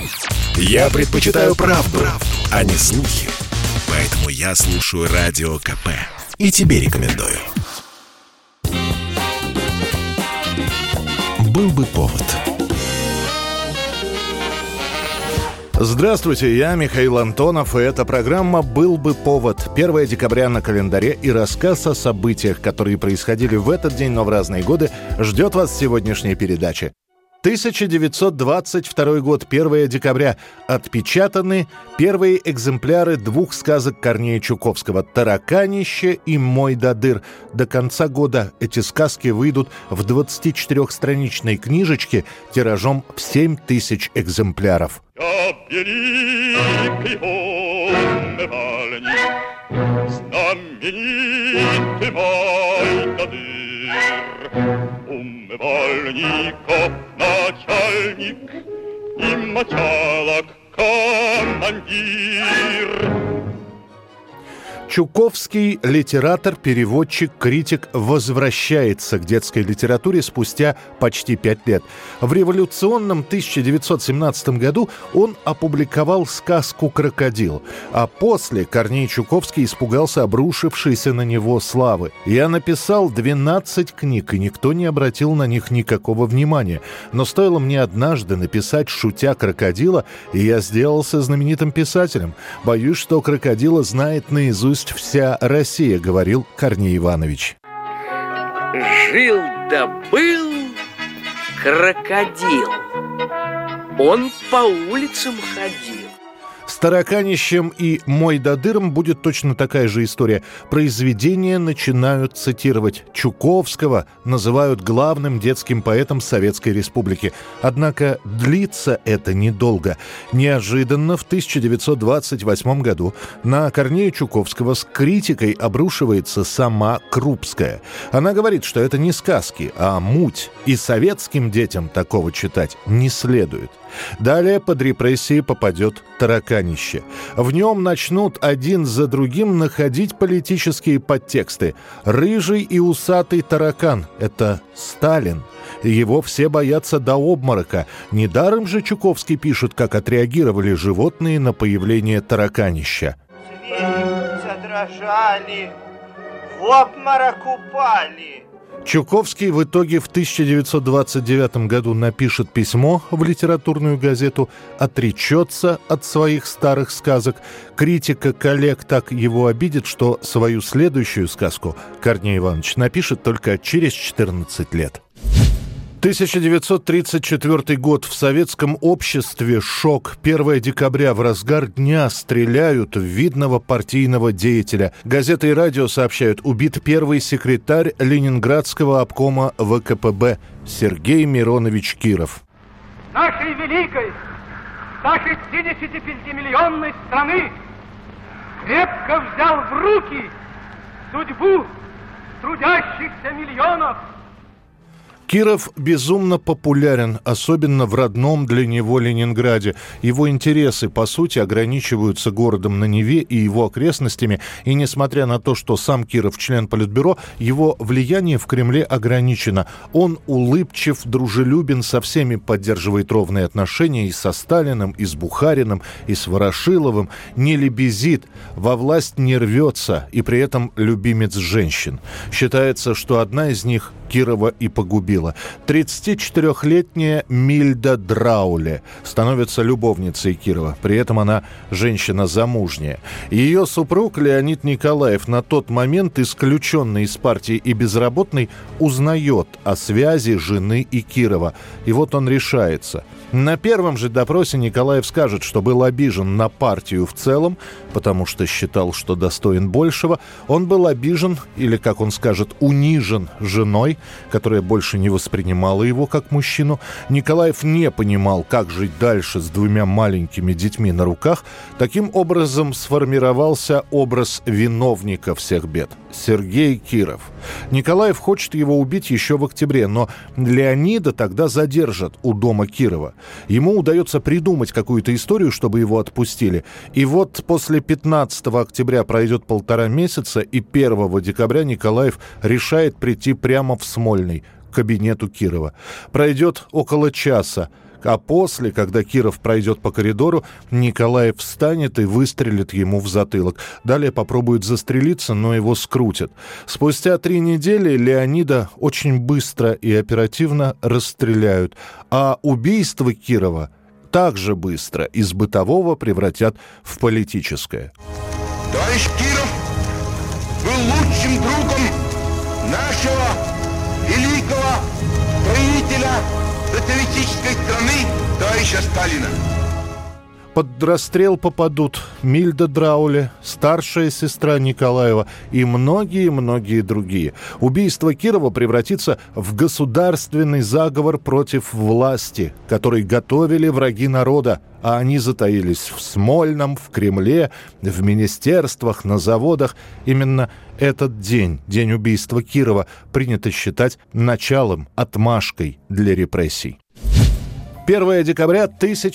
Я предпочитаю правду, а не слухи. Поэтому я слушаю Радио КП. И тебе рекомендую. Был бы повод. Здравствуйте, я Михаил Антонов, и эта программа «Был бы повод». 1 декабря на календаре, и рассказ о событиях, которые происходили в этот день, но в разные годы, ждет вас в сегодняшней передаче. 1922 год, 1 декабря. Отпечатаны первые экземпляры двух сказок Корнея Чуковского «Тараканище» и «Мой Дадыр». До конца года эти сказки выйдут в 24-страничной книжечке тиражом в 7000 экземпляров. Знаменитый мой Дадыр, умывальников начальник и мочалок командир. Чуковский литератор, переводчик, критик возвращается к детской литературе спустя почти 5 лет. В революционном 1917 году он опубликовал сказку «Крокодил», а после Корней Чуковский испугался обрушившейся на него славы. «Я написал 12 книг, и никто не обратил на них никакого внимания. Но стоило мне однажды написать, шутя, «Крокодила», и я сделался знаменитым писателем. Боюсь, что «Крокодила» знает наизусть вся Россия», — говорил Корней Иванович. Жил да был крокодил. Он по улицам ходил. С «Тараканищем» и «Мой Дадыром» будет точно такая же история. Произведения начинают цитировать. Чуковского называют главным детским поэтом Советской Республики. Однако длится это недолго. Неожиданно в 1928 году на Корнея Чуковского с критикой обрушивается сама Крупская. Она говорит, что это не сказки, а муть, и советским детям такого читать не следует. Далее под репрессии попадет «Тараканище». В нем начнут один за другим находить политические подтексты. Рыжий и усатый таракан – это Сталин. Его все боятся до обморока. Недаром же Чуковский пишет, как отреагировали животные на появление тараканища. Звери задрожали, в обморок упали. Чуковский в итоге в 1929 году напишет письмо в литературную газету, отречется от своих старых сказок. Критика коллег так его обидит, что свою следующую сказку Корней Иванович напишет только через 14 лет. 1934 год. В советском обществе шок. 1 декабря в разгар дня стреляют в видного партийного деятеля. Газеты и радио сообщают, убит первый секретарь Ленинградского обкома ВКПБ Сергей Миронович Киров. Нашей великой, 165-миллионной страны крепко взял в руки судьбу трудящихся миллионов. Киров безумно популярен, особенно в родном для него Ленинграде. Его интересы, по сути, ограничиваются городом на Неве и его окрестностями, и несмотря на то, что сам Киров член Политбюро, его влияние в Кремле ограничено. Он улыбчив, дружелюбен, со всеми поддерживает ровные отношения и со Сталиным, и с Бухариным, и с Ворошиловым, не лебезит, во власть не рвется, и при этом любимец женщин. Считается, что одна из них Кирова и погубила. 34-летняя Мильда Драуле становится любовницей Кирова. При этом она женщина замужняя. Ее супруг Леонид Николаев, на тот момент исключенный из партии и безработный, узнает о связи жены и Кирова. И вот он решается. На первом же допросе Николаев скажет, что был обижен на партию в целом, потому что считал, что достоин большего. Он был обижен, или, как он скажет, унижен женой, которая больше не воспринимала его как мужчину. Николаев не понимал, как жить дальше с двумя маленькими детьми на руках. Таким образом сформировался образ виновника всех бед – Сергей Киров. Николаев хочет его убить еще в октябре, но Леонида тогда задержат у дома Кирова. Ему удается придумать какую-то историю, чтобы его отпустили. И вот после 15 октября пройдет 1,5 месяца, и 1 декабря Николаев решает прийти прямо в Смольный, к кабинету Кирова. Пройдет около часа. А после, когда Киров пройдет по коридору, Николаев встанет и выстрелит ему в затылок. Далее попробует застрелиться, но его скрутят. Спустя 3 недели Леонида очень быстро и оперативно расстреляют. А убийство Кирова также быстро из бытового превратят в политическое. Товарищ Киров был лучшим другом нашего великого правителя социалистической страны, товарища Сталина. Под расстрел попадут Мильда Драуле, старшая сестра Николаева и многие-многие другие. Убийство Кирова превратится в государственный заговор против власти, который готовили враги народа, а они затаились в Смольном, в Кремле, в министерствах, на заводах. Именно этот день, день убийства Кирова, принято считать началом, отмашкой для репрессий. 1 декабря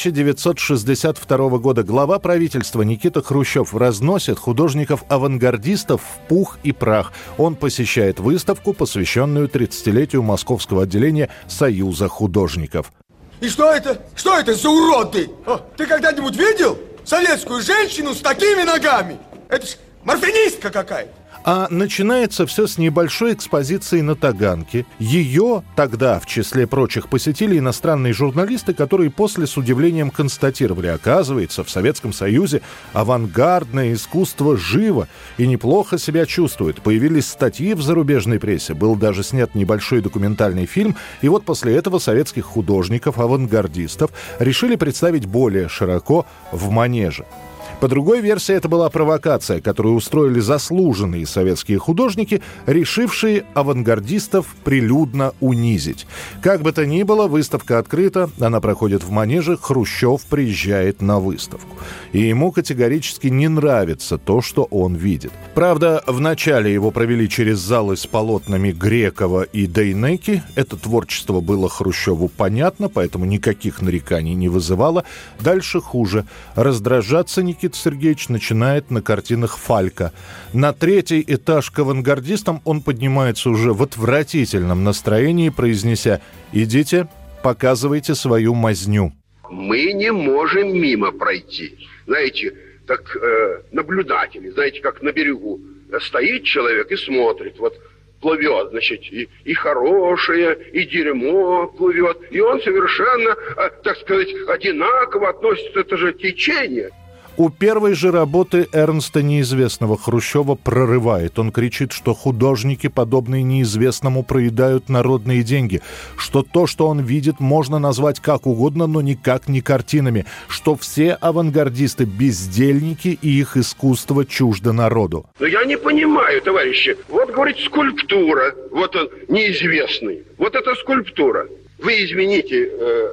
1962 года глава правительства Никита Хрущев разносит художников-авангардистов в пух и прах. Он посещает выставку, посвященную 30-летию московского отделения Союза художников. И что это? Что это за уроды? Ты когда-нибудь видел советскую женщину с такими ногами? Это ж морфинистка какая-то. А начинается все с небольшой экспозиции на Таганке. Ее тогда, в числе прочих, посетили иностранные журналисты, которые после с удивлением констатировали: оказывается, в Советском Союзе авангардное искусство живо и неплохо себя чувствует. Появились статьи в зарубежной прессе, был даже снят небольшой документальный фильм. И вот после этого советских художников, авангардистов, решили представить более широко в Манеже. По другой версии, это была провокация, которую устроили заслуженные советские художники, решившие авангардистов прилюдно унизить. Как бы то ни было, выставка открыта, она проходит в Манеже, Хрущев приезжает на выставку. И ему категорически не нравится то, что он видит. Правда, вначале его провели через залы с полотнами Грекова и Дейнеки. Это творчество было Хрущеву понятно, поэтому никаких нареканий не вызывало. Дальше хуже. Раздражаться Никита Сергеевич начинает на картинах Фалька. На 3-й этаж к авангардистам он поднимается уже в отвратительном настроении, произнеся: «Идите, показывайте свою мазню». Мы не можем мимо пройти. Знаете, так наблюдатели, знаете, как на берегу стоит человек и смотрит, вот плывет, значит, и хорошее, и дерьмо плывет, и он совершенно, так сказать, одинаково относится, это же течение. У первой же работы Эрнста Неизвестного Хрущева прорывает. Он кричит, что художники, подобные Неизвестному, проедают народные деньги, что то, что он видит, можно назвать как угодно, но никак не картинами, что все авангардисты бездельники и их искусство чуждо народу. Но я не понимаю, товарищи, вот, говорит, скульптура, вот он, Неизвестный, вот эта скульптура. Вы извините,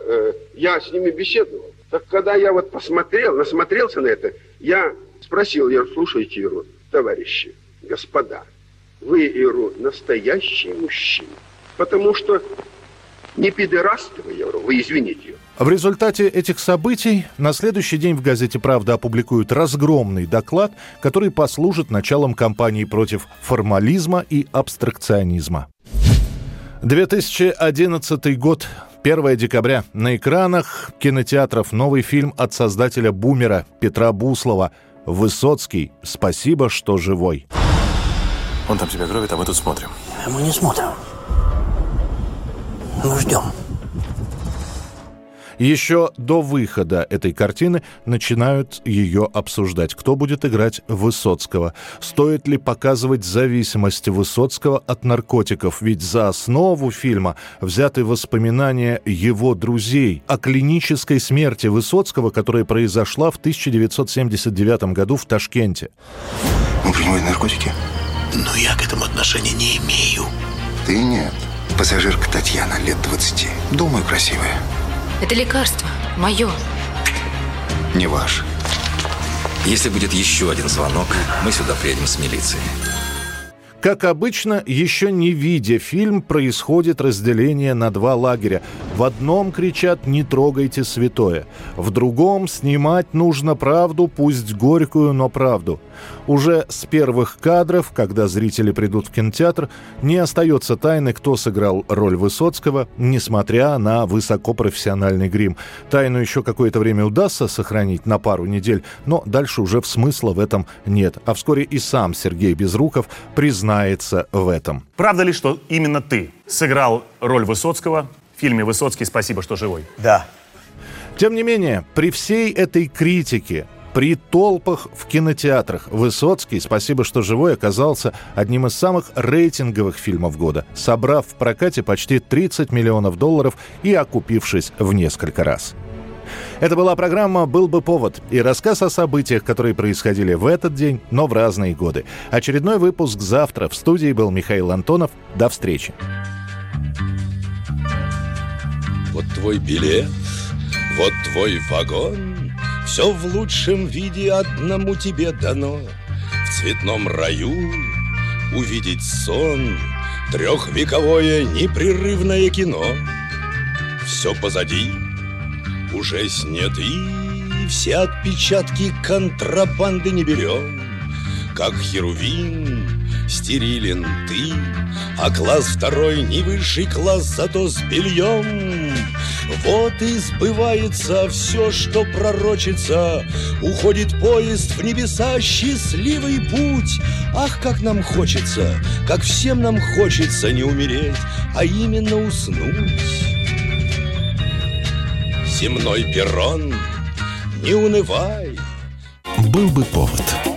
я с ними беседовал. Так когда я вот насмотрелся на это, я спросил, слушайте, товарищи, господа, вы, настоящие мужчины, потому что не пидорасты вы, извините. В результате этих событий на следующий день в газете «Правда» опубликуют разгромный доклад, который послужит началом кампании против формализма и абстракционизма. 2011 год. 1 декабря. На экранах кинотеатров новый фильм от создателя «Бумера» Петра Буслова. Высоцкий. «Спасибо, что живой». Он там тебя гробит, а мы тут смотрим. Мы не смотрим. Мы ждем. Еще до выхода этой картины начинают ее обсуждать. Кто будет играть Высоцкого? Стоит ли показывать зависимость Высоцкого от наркотиков? Ведь за основу фильма взяты воспоминания его друзей о клинической смерти Высоцкого, которая произошла в 1979 году в Ташкенте. Он принимает наркотики? Но я к этому отношения не имею. Ты нет. Пассажирка Татьяна, лет 20. Думаю, красивая. Это лекарство. Мое. Не ваш. Если будет еще один звонок, мы сюда приедем с милицией. Как обычно, еще не видя фильм, происходит разделение на два лагеря. В одном кричат «не трогайте святое», в другом «снимать нужно правду, пусть горькую, но правду». Уже с первых кадров, когда зрители придут в кинотеатр, не остается тайны, кто сыграл роль Высоцкого, несмотря на высокопрофессиональный грим. Тайну еще какое-то время удастся сохранить на пару недель, но дальше уже смысла в этом нет. А вскоре и сам Сергей Безруков признается в этом. Правда ли, что именно ты сыграл роль Высоцкого в фильме «Высоцкий, спасибо, что живой»? Да. Тем не менее, при всей этой критике, при толпах в кинотеатрах, «Высоцкий, спасибо, что живой» оказался одним из самых рейтинговых фильмов года, собрав в прокате почти $30 миллионов и окупившись в несколько раз. Это была программа «Был бы повод» и рассказ о событиях, которые происходили в этот день, но в разные годы. Очередной выпуск завтра. В студии был Михаил Антонов. До встречи. Вот твой билет, вот твой вагон. Все в лучшем виде одному тебе дано. В цветном раю увидеть сон, трехвековое непрерывное кино. Все позади, уже сняты, все отпечатки контрабанды не берем. Как херувим стерилен ты, а класс второй не высший класс, зато с бельем. Вот и сбывается все, что пророчится. Уходит поезд в небеса, счастливый путь. Ах, как нам хочется, как всем нам хочется не умереть, а именно уснуть. Земной перрон, не унывай. Был бы повод.